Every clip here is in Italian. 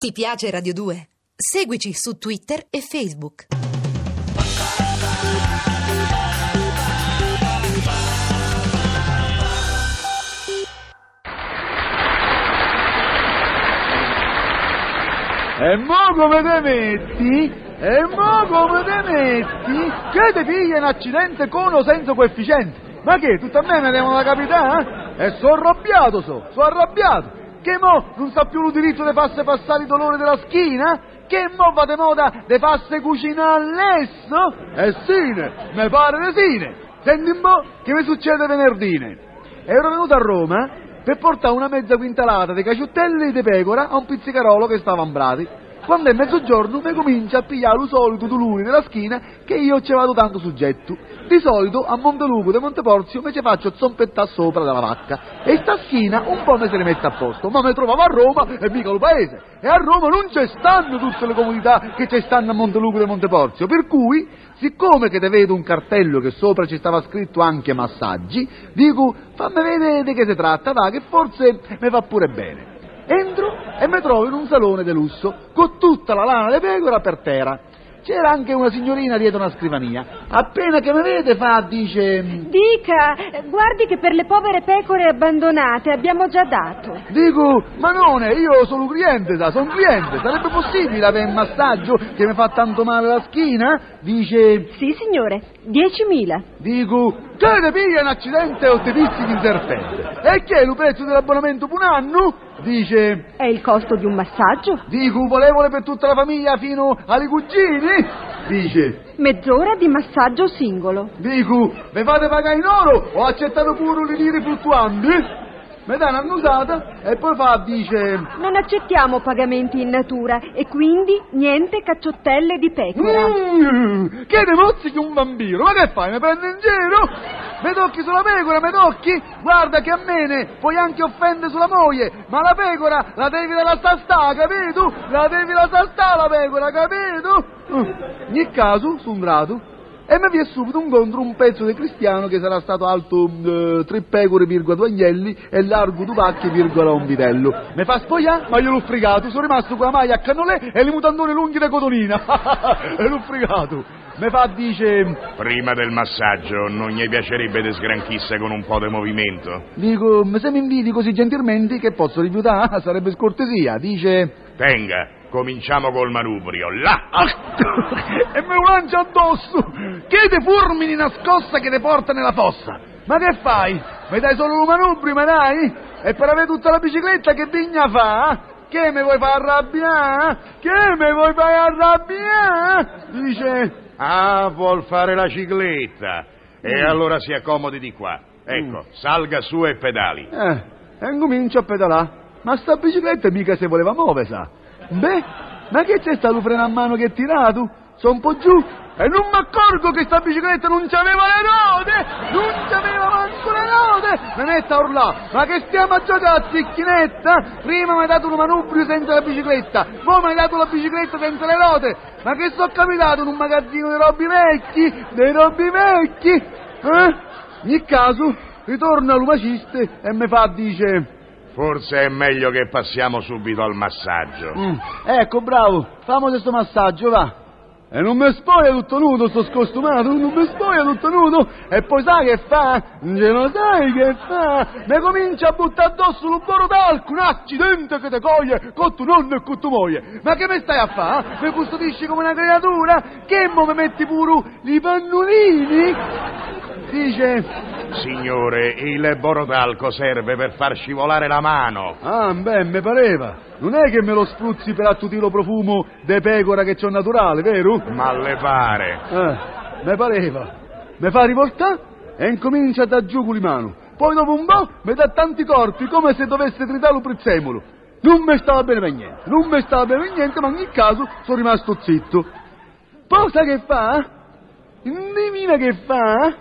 Ti piace Radio 2? Seguici su Twitter e Facebook. E mo come te metti? Che ti piglia un accidente con o senza coefficiente? Ma che, tutto a me mi devono da capitare? E sono arrabbiato. Che mo non sa più l'utilizzo di farsi passare i dolori della schiena? Che mo va de moda de farsi cucinare all'esso? Sine, me pare di sine. Senti un po' che mi succede venerdì. Ero venuto a Roma per portare una mezza quintalata di caciutelli di pecora a un pizzicarolo che stava ambrati. Quando è mezzogiorno mi comincia a pigliare lo solito dolore nella schiena che io ci vado tanto soggetto. Di solito a Montelupo di Monteporzio mi ci faccio zompettare sopra dalla vacca e sta schiena un po' mi se ne mette a posto, ma mi trovavo a Roma e mica lo paese. E a Roma non ci stanno tutte le comodità che ci stanno a Montelupo di Monteporzio, per cui, siccome che te vedo un cartello che sopra ci stava scritto anche massaggi, dico fammi vedere di che si tratta, va, che forse mi va pure bene. Entro e mi trovo in un salone di lusso con tutta la lana di pecora per terra. C'era anche una signorina dietro una scrivania. Appena che mi vede dice: Dica, guardi che per le povere pecore abbandonate abbiamo già dato. Dico, ma non è, io sono cliente, sarebbe possibile avere un massaggio che mi fa tanto male la schiena? Dice: Sì signore, 10.000. Dico, che ti piglia un accidente o ti pizzichi in serpente? E che è il prezzo dell'abbonamento per un anno? Dice: È il costo di un massaggio? Dico, volevole per tutta la famiglia fino ai cugini? Dice: mezz'ora di massaggio singolo. Dico, mi fate pagare in oro o accettate pure le lire fluttuanti? Mi dà un'annusata e poi dice: non accettiamo pagamenti in natura e quindi niente cacciottelle di pecora. Che te mozzichi un bambino? Ma che fai? Mi prendi in giro? Mi tocchi sulla pecora, mi tocchi? Guarda che a me puoi anche offendere sulla moglie, ma la pecora la devi della stastà, capito? La devi la stastà la pecora, capito? In caso, su un grado, e mi vi è subito incontro un pezzo di cristiano che sarà stato alto 3 pecore, 2 agnelli e largo 2 vacche, un vitello. Mi fa spogliare, ma io l'ho fregato, sono rimasto con la maglia a cannolè e le mutandone lunghe di cotolina. E l'ho fregato. Mi dice: prima del massaggio non gli piacerebbe di sgranchisse con un po' di movimento? Dico, ma se mi inviti così gentilmente che posso rifiutare? Sarebbe scortesia. Dice: tenga, cominciamo col manubrio, là! E me lo lancia addosso! Che te fulmini nascosta che te porta nella fossa! Ma che fai? Mi dai solo un manubrio, mi dai? E per avere tutta la bicicletta che vigna fa? Che mi vuoi far arrabbiare? Dice: vuol fare la cicletta. E allora si accomodi di qua. Ecco, salga su e pedali. E incomincio a pedalare. Ma sta bicicletta mica se voleva muovere, sa? Beh, ma che c'è stato freno a mano che è tirato? Sono un po' giù e non mi accorgo che sta bicicletta non c'aveva le ruote! Non c'aveva manco le ruote! Mi metto a urlare: ma che stiamo a giocare a zicchinetta? Prima mi hai dato un manubrio senza la bicicletta, poi mi hai dato la bicicletta senza le ruote! Ma che sono capitato in un magazzino dei robi vecchi? In caso, ritorna l'umaciste e mi dice: forse è meglio che passiamo subito al massaggio. Ecco, bravo, famo questo massaggio, va. E non mi spoia tutto nudo, sto scostumato, e poi sai che fa? Non sai che fa? Mi comincia a buttare addosso un boro d'alcol, un accidente che te coglie con tuo nonno e con tua moglie. Ma che mi stai a fare? Mi custodisci come una creatura? Che mo mi metti pure i pannolini? Dice: signore, il borodalco serve per far scivolare la mano. Beh, mi pareva. Non è che me lo spruzzi per attutire lo profumo de pecora che c'ho naturale, vero? Ma le pare. Mi pareva. Mi fa rivoltare e incomincia a dar giù con le mani. Poi dopo un po' mi dà tanti corpi come se dovesse tritare un prezzemolo. Non mi stava bene per niente, ma in caso sono rimasto zitto. Poi sai che fa? Indovina che fa?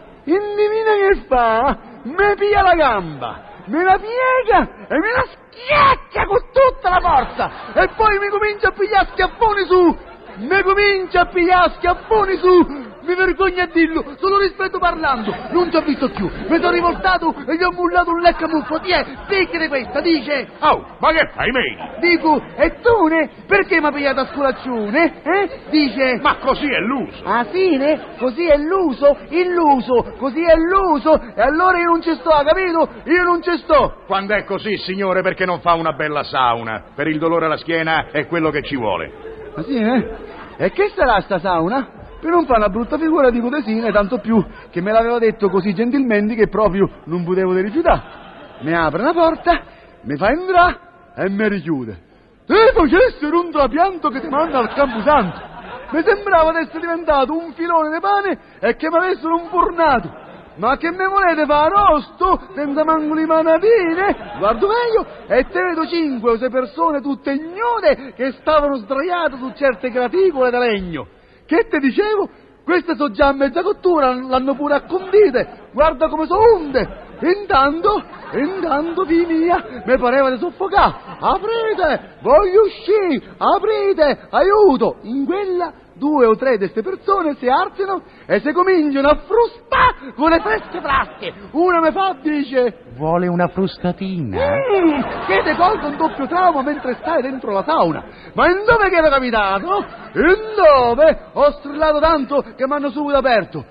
Mi piglia la gamba, me la piega e me la schiaccia con tutta la forza e poi mi comincia a pigliare schiaffoni su mi vergogno a dirlo, solo rispetto parlando, non ci ho visto più, mi sono rivoltato e gli ho mullato un leccamuffo, picchiate questa, dice. Oh, ma che fai, Meni? Dico, e tu, ne? Perché mi ha pigliato a scolaccione, Dice. Ma così è l'uso. Ah sì, ne? Così è l'uso, così è l'uso, e allora io non ci sto, capito? Io non ci sto. Quando è così, signore, perché non fa una bella sauna? Per il dolore alla schiena è quello che ci vuole. Ah sì, E che sarà sta sauna? Per non fare una brutta figura di codesine, tanto più che me l'aveva detto così gentilmente che proprio non potevo rifiutare. Mi apre una porta, mi fa entrare e mi richiude. Se facessero un trapianto che ti manda al Camposanto, mi sembrava di essere diventato un filone di pane e che mi avessero infornato. Ma che me volete fare rosto senza manco le manatine? Guardo meglio e te vedo 5 o 6 persone tutte ignude che stavano sdraiate su certe graticole da legno. Che te dicevo? Queste sono già a mezza cottura, l'hanno pure accondite. Guarda come sono unde. Intanto, figlia mia, mi pareva di soffocare. Aprite, voglio uscire, aprite, aiuto. In quella 2 o 3 di queste persone si alzano e si cominciano a frustare con le fresche frasche. Una mi fa, dice: vuole una frustatina? Che ti colgo un doppio trauma mentre stai dentro la sauna. Ma in dove che era capitato? In dove? Ho strillato tanto che mi hanno subito aperto.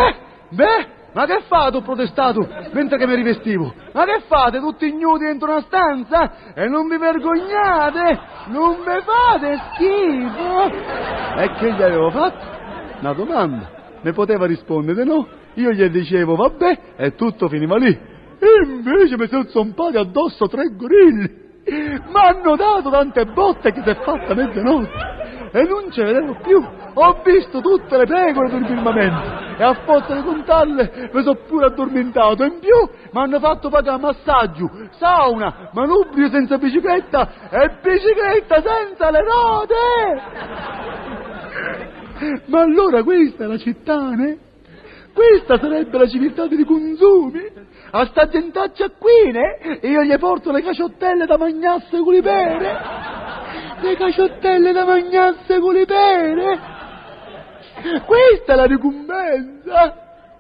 Ma che fate, ho protestato, mentre che mi rivestivo? Ma che fate, tutti ignudi dentro una stanza? E non vi vergognate? Non vi fate schifo? E che gli avevo fatto? Una domanda. Ne poteva rispondere no? Io gli dicevo vabbè, e tutto finiva lì. E invece mi sono zompati addosso 3 gorilli. Mi hanno dato tante botte che si è fatta mezzanotte. E non ci vedevo più. Ho visto tutte le pecore sul firmamento e a forza di contarle mi sono pure addormentato. In più mi hanno fatto pagare massaggio, sauna, manubrio senza bicicletta e bicicletta senza le ruote. Ma allora questa è la città, ne? Questa sarebbe la civiltà dei consumi? A sta gentaccia qui, ne? Io gli porto le caciottelle da magnasse con le pere. Le caciottelle da magnasse con le pere. Questa è la ricompensa.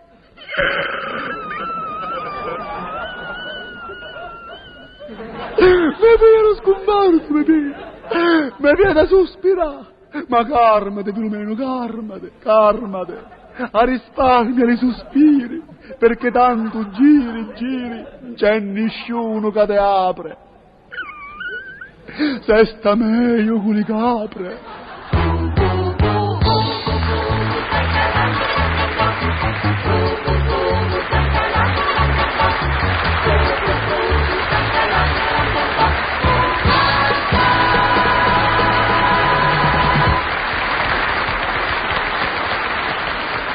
Mi viene scomparso, mi viene da sospirare. Ma calmate, Filomeno, calmate. A risparmia i sospiri, perché tanto giri, c'è nessuno che te apre. Se sta meglio con le capre.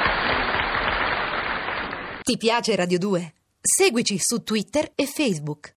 Ti piace Radio 2? Seguici su Twitter e Facebook.